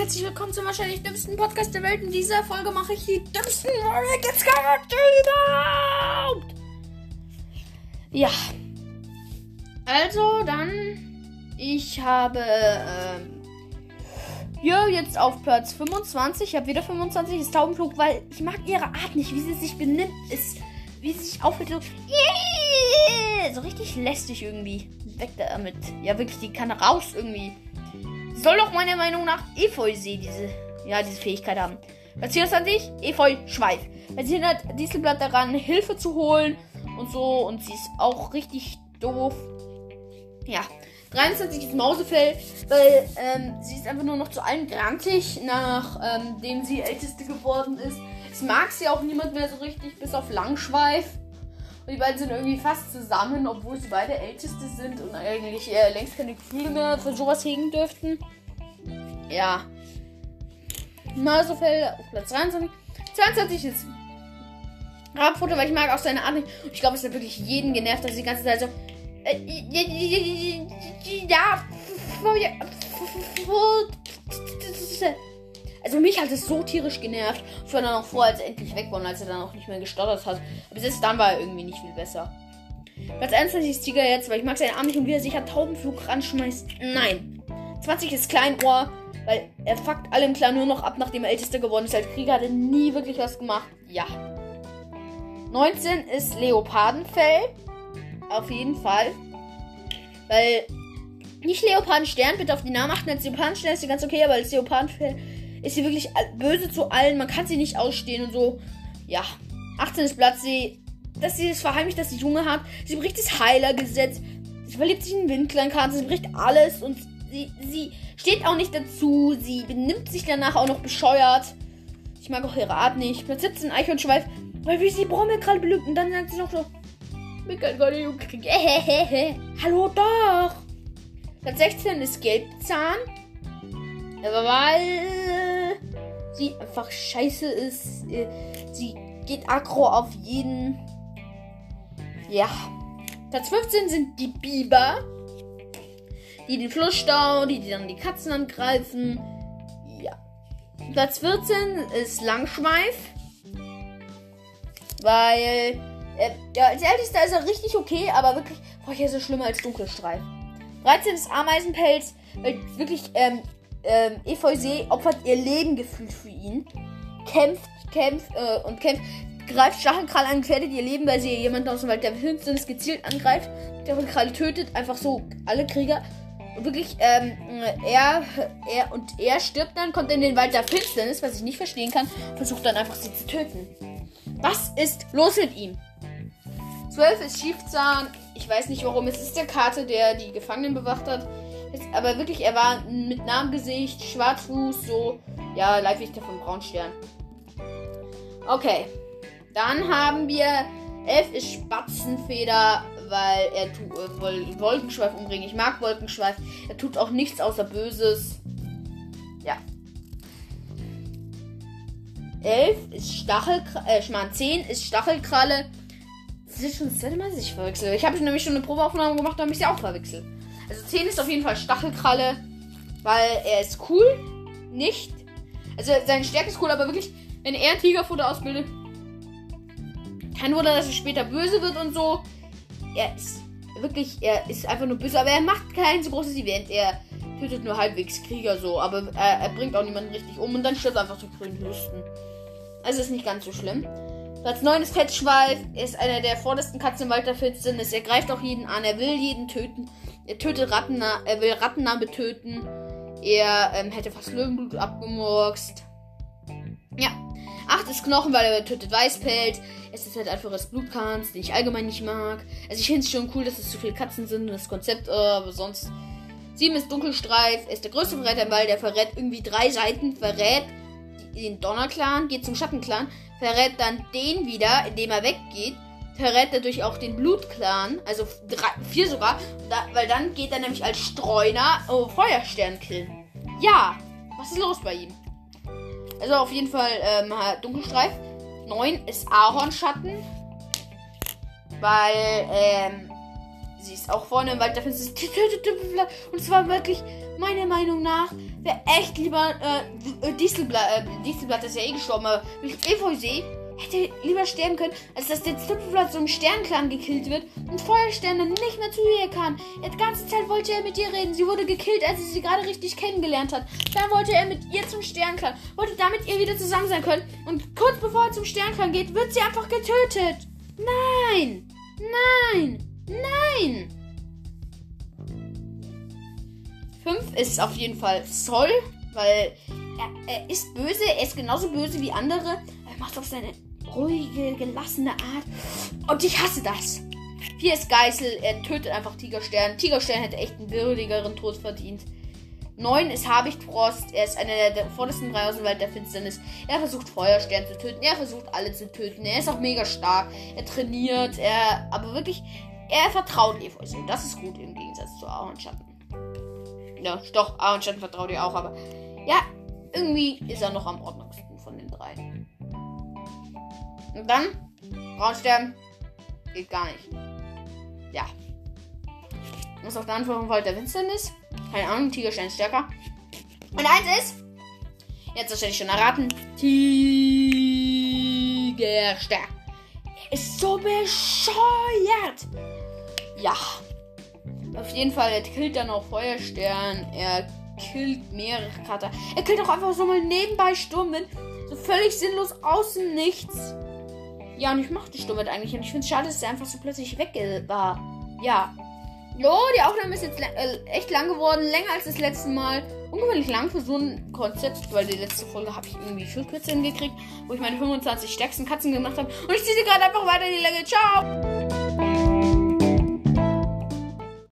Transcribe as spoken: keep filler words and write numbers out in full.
herzlich willkommen zum wahrscheinlich dümmsten Podcast der Welt. In dieser Folge mache ich die dümmsten Charakter überhaupt. Ja. Also dann, ich habe ähm, ja jetzt auf Platz fünfundzwanzig. Ich habe wieder fünfundzwanzig, ist Taubenflug, weil ich mag ihre Art nicht, wie sie sich benimmt, ist, wie sie sich aufhört, so, yeah, so richtig lästig irgendwie. Weg damit. Ja, wirklich, die kann raus irgendwie. Soll doch meiner Meinung nach Efeu-See diese, ja, diese Fähigkeit haben. Platz vierundzwanzig, Efeu-Schweif. Weil sie hindert Dieselblatt daran, Hilfe zu holen und so. Und sie ist auch richtig doof. Ja. dreiundzwanzig ist Mausefell, weil ähm, sie ist einfach nur noch zu allen grantig, nachdem ähm, sie Älteste geworden ist. Es mag sie auch niemand mehr so richtig, bis auf Langschweif. Und die beiden sind irgendwie fast zusammen, obwohl sie beide Älteste sind und eigentlich äh, längst keine Gefühle mehr für sowas hegen dürften. Ja. Mausefell auf Platz dreiundzwanzig. zweiundzwanzig ist Rabfutter, weil ich mag auch seine Art nicht. Und ich glaube, es hat wirklich jeden genervt, dass sie die ganze Zeit so äh, ja. Also mich hat es so tierisch genervt. Ich war dann auch froh, als er endlich weg war und als er dann auch nicht mehr gestottert hat. Aber selbst dann war er irgendwie nicht viel besser. Platz einundzwanzig ist Tiger jetzt, weil ich mag seinen Arm nicht und wie er sich an Taubenflug ranschmeißt. Nein. zwanzig ist Kleinohr, weil er fuckt alle im Clan nur noch ab, nachdem er Ältester geworden ist. Als Krieger hat er nie wirklich was gemacht. Ja. neunzehn ist Leopardenfell. Auf jeden Fall. Weil nicht Leopardenstern, bitte auf die Namen achten. Als Leopardenstern ist sie ganz okay, aber als Leopardenfell ist sie wirklich böse zu allen. Man kann sie nicht ausstehen und so. Ja. achtzehn ist Blattsee. Dass sie es verheimlicht, dass sie Junge hat. Sie bricht das Heilergesetz. Sie verliebt sich in Windkleinkarten. Sie bricht alles. Und sie, sie steht auch nicht dazu. Sie benimmt sich danach auch noch bescheuert. Ich mag auch ihre Art nicht. Platz siebzehn, Eichhornschweif. Weil wie sie Brommel gerade belügt. Und dann sagt sie noch so: Wir können gar nicht umkriegen. Hallo doch. Platz sechzehn ist Gelbzahn. Aber weil sie einfach scheiße ist. Sie geht aggro auf jeden. Ja. Platz fünfzehn sind die Biber. Die den Fluss stauen, die, die dann die Katzen angreifen. Ja. Platz vierzehn ist Langschweif. Weil, äh, ja, als Ältester ist er richtig okay, aber wirklich, boah, hier ist er schlimmer als Dunkelstreif. dreizehn ist Ameisenpelz, weil wirklich, ähm, ähm, Efeu-See opfert ihr Leben gefühlt für ihn. Kämpft, kämpft, äh, und kämpft, greift Stachelkrall an, gefährdet ihr Leben, weil sie jemanden aus dem Wald der Finsternis gezielt angreift. Stachelkrall tötet einfach so alle Krieger. Und wirklich, ähm, er, er und er stirbt dann, kommt in den Wald der Finsternis, was ich nicht verstehen kann, versucht dann einfach sie zu töten. Was ist los mit ihm? zwölf ist Schiefzahn. Ich weiß nicht warum. Es ist der Kater, der die Gefangenen bewacht hat. Ist, aber wirklich, er war mit Namengesicht, Schwarzfuß, so. Ja, Leibwächter von Braunstern. Okay. Dann haben wir elf ist Spatzenfeder, weil er tut äh, Wolkenschweif umbringen. Ich mag Wolkenschweif. Er tut auch nichts außer Böses. Ja. elf ist Stachelkralle, äh, ich meine zehn ist Stachelkralle. Das ist schon das zweite Mal, dass ich verwechsel. Ich habe nämlich schon eine Probeaufnahme gemacht, da habe ich sie auch verwechselt. Also zehn ist auf jeden Fall Stachelkralle, weil er ist cool. Nicht. Also seine Stärke ist cool, aber wirklich, wenn er Tigerfutter ausbildet, kein Wunder, dass er später böse wird und so. Er ist wirklich, er ist einfach nur böse, aber er macht kein so großes Event. Er tötet nur halbwegs Krieger so, aber er, er bringt auch niemanden richtig um und dann stirbt einfach zu grünen Hüsten. Also ist nicht ganz so schlimm. Platz neun ist Fettschweif. Er ist einer der vordersten Katzen im Wald der Finsternis. Er greift auch jeden an. Er will jeden töten. Er tötet Ratten. Er will Rattenname töten. Er ähm, hätte fast Löwenblut abgemurkst. Ja. acht ist Knochen, weil er tötet Weißpelz. Es ist halt einfach das Blutkans, den ich allgemein nicht mag. Also ich finde es schon cool, dass es zu viele Katzen sind und das Konzept, äh, aber sonst. sieben ist Dunkelstreif. Er ist der größte Verräter im Wald. Der verrät irgendwie drei Seiten. Verrät den Donnerclan, geht zum Schattenclan. Verrät dann den wieder, indem er weggeht. Verrät dadurch auch den Blutclan. Also drei, vier sogar. Da, weil dann geht er nämlich als Streuner oh, Feuerstern killen. Ja, was ist los bei ihm? Also auf jeden Fall ähm, Dunkelstreif. neun ist Ahornschatten. Weil, ähm, sie ist auch vorne im Wald der Finsternis. Und zwar wirklich, meiner Meinung nach, wäre echt lieber äh, Dieselblatt, äh, Dieselblatt ist ja eh gestorben, aber Efeusee hätte lieber sterben können, als dass der Zipfelblatt so im Sternclan gekillt wird und Feuerstern dann nicht mehr zu ihr kann. Die ganze Zeit wollte er mit ihr reden. Sie wurde gekillt, als er sie gerade richtig kennengelernt hat. Dann wollte er mit ihr zum Sternclan, wollte damit ihr wieder zusammen sein können. Und kurz bevor er zum Sternclan geht, wird sie einfach getötet. Nein! Nein! Nein! fünf ist auf jeden Fall Sol, weil er, er ist böse, er ist genauso böse wie andere. Er macht auf seine ruhige, gelassene Art. Und ich hasse das. vier ist Geißel, er tötet einfach Tigerstern. Tigerstern hätte echt einen würdigeren Tod verdient. neun ist Habichtfrost, er ist einer der, der vordersten drei aus dem Wald der Finsternis. Er versucht Feuerstern zu töten, er versucht alle zu töten. Er ist auch mega stark, er trainiert, er, aber wirklich, er vertraut Efeusé. Das ist gut im Gegensatz zu Ahornschatten. Ja, doch, Ahornschatten vertraut ihr auch, aber ja, irgendwie ist er noch am ordnungsten von den drei. Und dann, Braunstern, geht gar nicht. Ja. Muss auf der Antwort vom Wald der Finsternis. Keine Ahnung, Tigerstern ist stärker. Und eins ist, jetzt wahrscheinlich schon erraten, Tigerstern. Er ist so bescheuert. Ja. Auf jeden Fall, er killt dann auch Feuerstern. Er killt mehrere Charaktere. Er killt auch einfach so mal nebenbei Sturmwind. So völlig sinnlos außen nichts. Ja, und ich mochte Sturmwind eigentlich. Und ich finde es schade, dass er einfach so plötzlich weg war. Ja. Jo, die Aufnahme ist jetzt äh, echt lang geworden. Länger als das letzte Mal. Ungewöhnlich lang für so ein Konzept. Weil die letzte Folge habe ich irgendwie viel kürzer hingekriegt. Wo ich meine fünfundzwanzig stärksten Katzen gemacht habe. Und ich ziehe sie gerade einfach weiter in die Länge. Ciao!